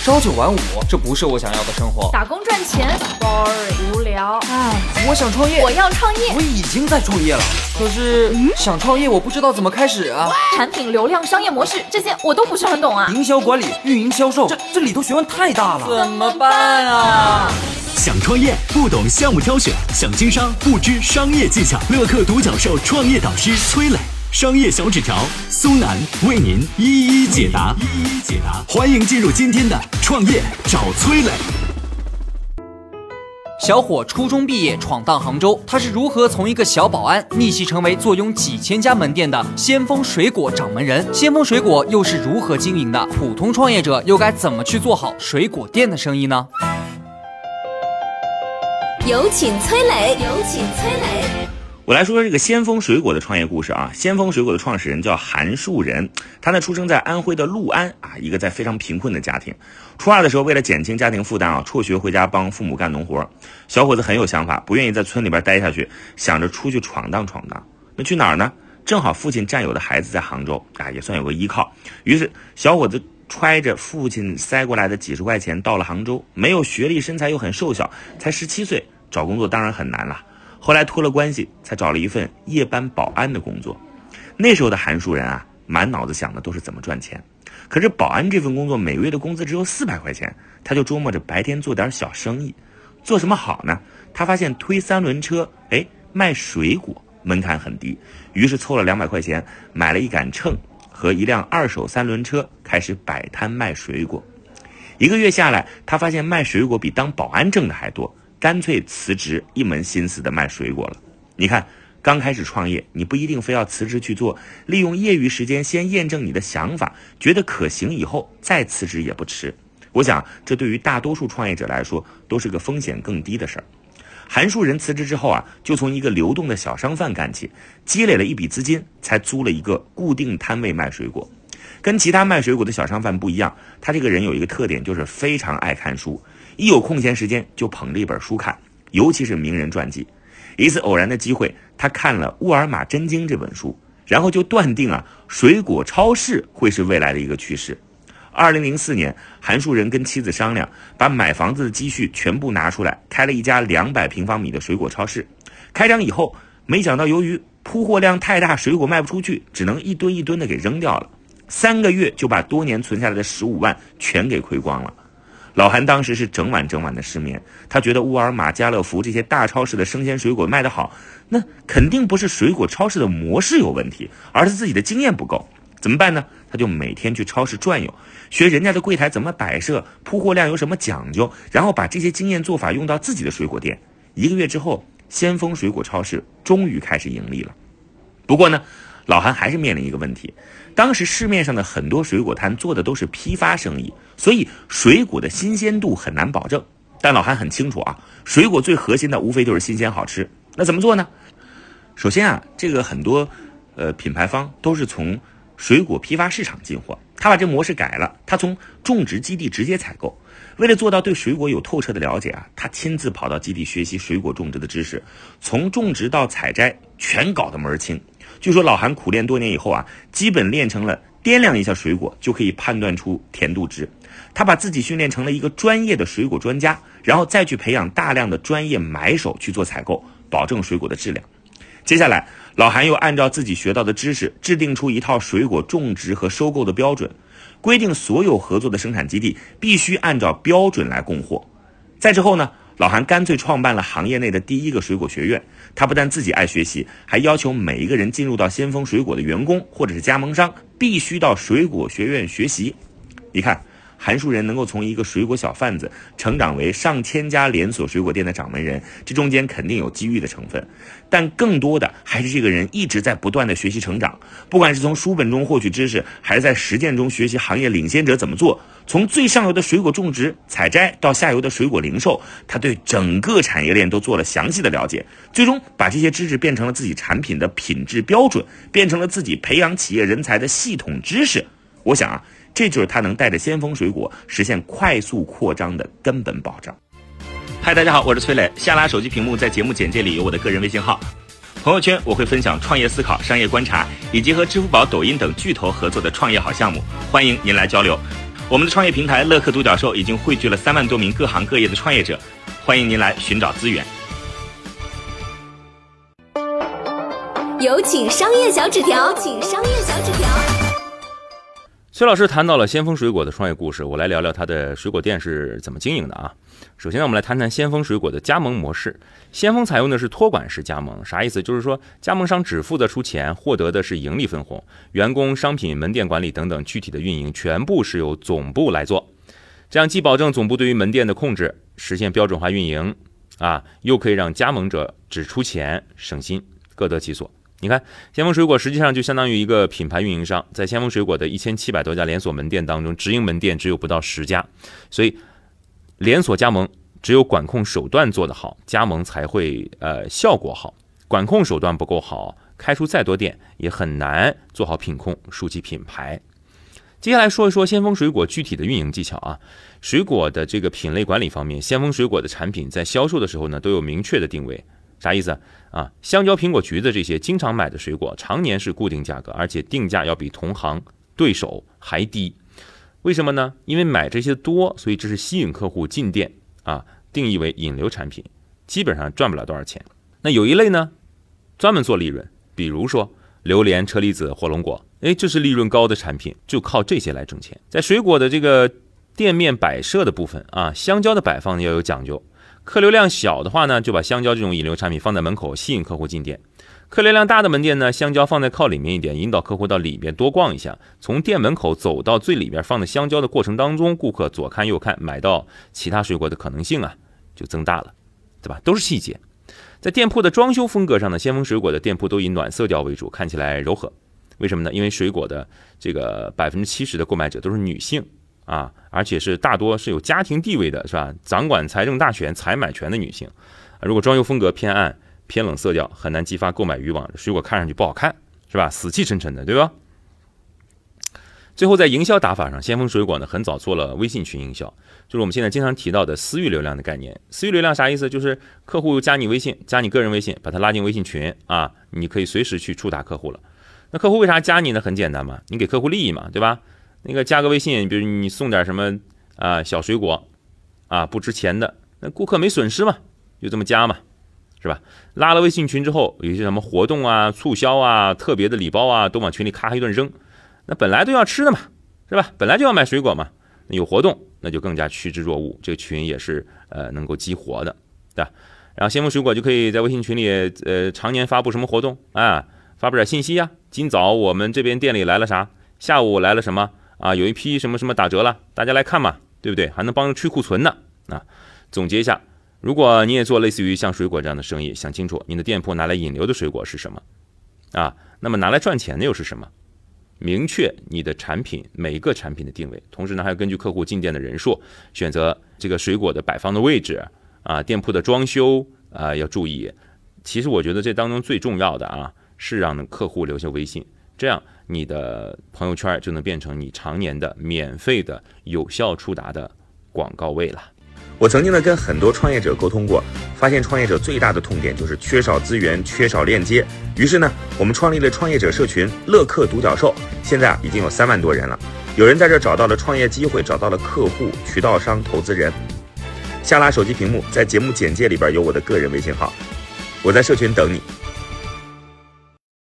朝9晚5，这不是我想要的生活。 打工赚钱 ，boring 无聊。 我想创业， 我要创业。 我已经在创业了，可是想创业我不知道怎么开始啊。 产品流量、商业模式这些我都不是很懂啊。 营销管理、运营销售，这里头学问太大了，怎么办啊？ 想创业不懂项目挑选，想经商不知商业技巧。乐客独角兽创业导师崔磊，商业小纸条苏南为您一一解答。欢迎进入今天的创业找崔磊。 小伙初中毕业闯荡杭州，他是如何从一个小保安逆袭成为坐拥几千家门店的先锋水果掌门人？先锋水果又是如何经营的？普通创业者又该怎么去做好水果店的生意呢？ 有请崔磊， 我来说说这个先锋水果的创业故事啊。先锋水果的创始人叫韩树人，他呢出生在安徽的六安啊，一个在非常贫困的家庭。初二的时候，为了减轻家庭负担啊，辍学回家帮父母干农活。小伙子很有想法，不愿意在村里边待下去，想着出去闯荡。那去哪儿呢？正好父亲战友的孩子在杭州啊，也算有个依靠。于是小伙子揣着父亲塞过来的几十块钱到了杭州，没有学历，身材又很瘦小，才17岁，找工作当然很难了。后来托了关系，才找了一份夜班保安的工作。那时候的韩树人啊，满脑子想的都是怎么赚钱。可是保安这份工作每月的工资只有400块钱，他就琢磨着白天做点小生意。做什么好呢？他发现推3轮车，卖水果门槛很低，于是凑了200块钱，买了一杆秤和一辆2手3轮车，开始摆摊卖水果。1个月下来，他发现卖水果比当保安挣的还多，干脆辞职，一门心思的卖水果了。你看，刚开始创业，你不一定非要辞职去做，利用业余时间先验证你的想法，觉得可行以后再辞职也不迟。我想这对于大多数创业者来说都是个风险更低的事儿。韩树人辞职之后啊，就从一个流动的小商贩干起，积累了一笔资金，才租了一个固定摊位卖水果。跟其他卖水果的小商贩不一样，他这个人有一个特点，就是非常爱看书，一有空闲时间就捧着一本书看，尤其是名人传记。一次偶然的机会，他看了《沃尔玛真经》这本书，然后就断定啊，水果超市会是未来的一个趋势。2004年，韩树人跟妻子商量，把买房子的积蓄全部拿出来，开了一家200平方米的水果超市。开张以后，没想到由于铺货量太大，水果卖不出去，只能一吨一吨的给扔掉了。3个月就把多年存下来的15万全给亏光了。老韩当时是整晚的失眠，他觉得沃尔玛、家乐福这些大超市的生鲜水果卖得好，那肯定不是水果超市的模式有问题，而是自己的经验不够。怎么办呢？他就每天去超市转悠，学人家的柜台怎么摆设，铺货量有什么讲究，然后把这些经验做法用到自己的水果店。1个月之后，先锋水果超市终于开始盈利了。不过呢，老韩还是面临一个问题，当时市面上的很多水果摊做的都是批发生意，所以水果的新鲜度很难保证。但老韩很清楚啊，水果最核心的无非就是新鲜好吃。那怎么做呢？首先啊，这个很多品牌方都是从水果批发市场进货，他把这模式改了，他从种植基地直接采购。为了做到对水果有透彻的了解啊，他亲自跑到基地学习水果种植的知识，从种植到采摘全搞得门儿清。据说老韩苦练多年以后啊，基本练成了掂量一下水果就可以判断出甜度值。他把自己训练成了一个专业的水果专家，然后再去培养大量的专业买手去做采购，保证水果的质量。接下来，老韩又按照自己学到的知识，制定出一套水果种植和收购的标准，规定所有合作的生产基地必须按照标准来供货。再之后呢，老韩干脆创办了行业内的第一个水果学院。他不但自己爱学习，还要求每一个人进入到先锋水果的员工或者是加盟商必须到水果学院学习。你看，韩树人能够从一个水果小贩子成长为上千家连锁水果店的掌门人，这中间肯定有机遇的成分，但更多的还是这个人一直在不断的学习成长，不管是从书本中获取知识，还是在实践中学习行业领先者怎么做。从最上游的水果种植采摘到下游的水果零售，他对整个产业链都做了详细的了解，最终把这些知识变成了自己产品的品质标准，变成了自己培养企业人才的系统知识。我想啊，这就是他能带着先锋水果实现快速扩张的根本保障。嗨，大家好，我是崔磊。下拉手机屏幕，在节目简介里有我的个人微信号。朋友圈我会分享创业思考、商业观察，以及和支付宝、抖音等巨头合作的创业好项目，欢迎您来交流。 我们的创业平台乐客独角兽已经汇聚了3万多名各行各业的创业者，欢迎您来寻找资源。 有请商业小纸条。 崔老师谈到了先锋水果的创业故事，我来聊聊他的水果店是怎么经营的啊。首先呢，我们来谈谈先锋水果的加盟模式。先锋采用的是托管式加盟，啥意思？就是说加盟商只负责出钱，获得的是盈利分红，员工、商品、门店管理等等具体的运营全部是由总部来做。这样既保证总部对于门店的控制，实现标准化运营啊，又可以让加盟者只出钱省心，各得其所。你看，先锋水果实际上就相当于一个品牌运营商，在先锋水果的1700多家连锁门店当中，直营门店只有不到10家，所以连锁加盟只有管控手段做得好，加盟才会效果好。管控手段不够好，开出再多店也很难做好品控，树起品牌。接下来说一说先锋水果具体的运营技巧啊。水果的这个品类管理方面，先锋水果的产品在销售的时候呢，都有明确的定位。啥意思啊？香蕉、苹果、橘子这些经常买的水果，常年是固定价格，而且定价要比同行对手还低。为什么呢？因为买这些多，所以这是吸引客户进店啊，定义为引流产品，基本上赚不了多少钱。那有一类呢，专门做利润，比如说榴莲、车厘子、火龙果，这是利润高的产品，就靠这些来挣钱。在水果的这个店面摆设的部分啊，香蕉的摆放要有讲究。客流量小的话呢，就把香蕉这种引流产品放在门口，吸引客户进店。客流量大的门店呢，香蕉放在靠里面一点，引导客户到里面多逛一下。从店门口走到最里面放的香蕉的过程当中，顾客左看右看，买到其他水果的可能性啊就增大了，对吧？都是细节。在店铺的装修风格上呢，先锋水果的店铺都以暖色调为主，看起来柔和。为什么呢？因为水果的这个70%的购买者都是女性啊，而且是大多是有家庭地位的，是吧？掌管财政大权、采买权的女性。如果装修风格偏暗、偏冷色调，很难激发购买欲望，水果看上去不好看，是吧？死气沉沉的，对吧？最后在营销打法上，先锋水果呢很早做了微信群营销，就是我们现在经常提到的私域流量的概念。私域流量啥意思？就是客户加你微信，加你个人微信，把他拉进微信群啊，你可以随时去触达客户了。那客户为啥加你呢？很简单嘛，你给客户利益嘛，对吧？那个加个微信，比如你送点什么小水果啊，不值钱的，那顾客没损失嘛，就这么加嘛，是吧？拉了微信群之后，有些什么活动啊、促销啊、特别的礼包啊，都往群里咔一顿扔。那本来都要吃的嘛，是吧？本来就要买水果嘛，那有活动，那就更加趋之若鹜。这个群也是能够激活的，对吧？然后先锋水果就可以在微信群里常年发布什么活动啊，发布点信息啊。今早我们这边店里来了啥，下午来了什么啊？有一批什么什么打折了，大家来看嘛，对不对？还能帮着去库存呢啊！总结一下，如果你也做类似于像水果这样的生意，想清楚你的店铺拿来引流的水果是什么啊？那么拿来赚钱的又是什么？明确你的产品每一个产品的定位，同时呢还要根据客户进店的人数选择这个水果的摆放的位置啊，店铺的装修啊要注意。其实我觉得这当中最重要的啊是让客户留下微信，这样你的朋友圈就能变成你常年的免费的有效触达的广告位了。 我曾经呢跟很多创业者沟通过，发现创业者最大的痛点就是缺少资源、缺少链接。于是呢，我们创立了创业者社群乐客独角兽，现在已经有3万多人了。有人在这找到了创业机会，找到了客户、渠道商、投资人。下拉手机屏幕，在节目简介里边有我的个人微信号，我在社群等你。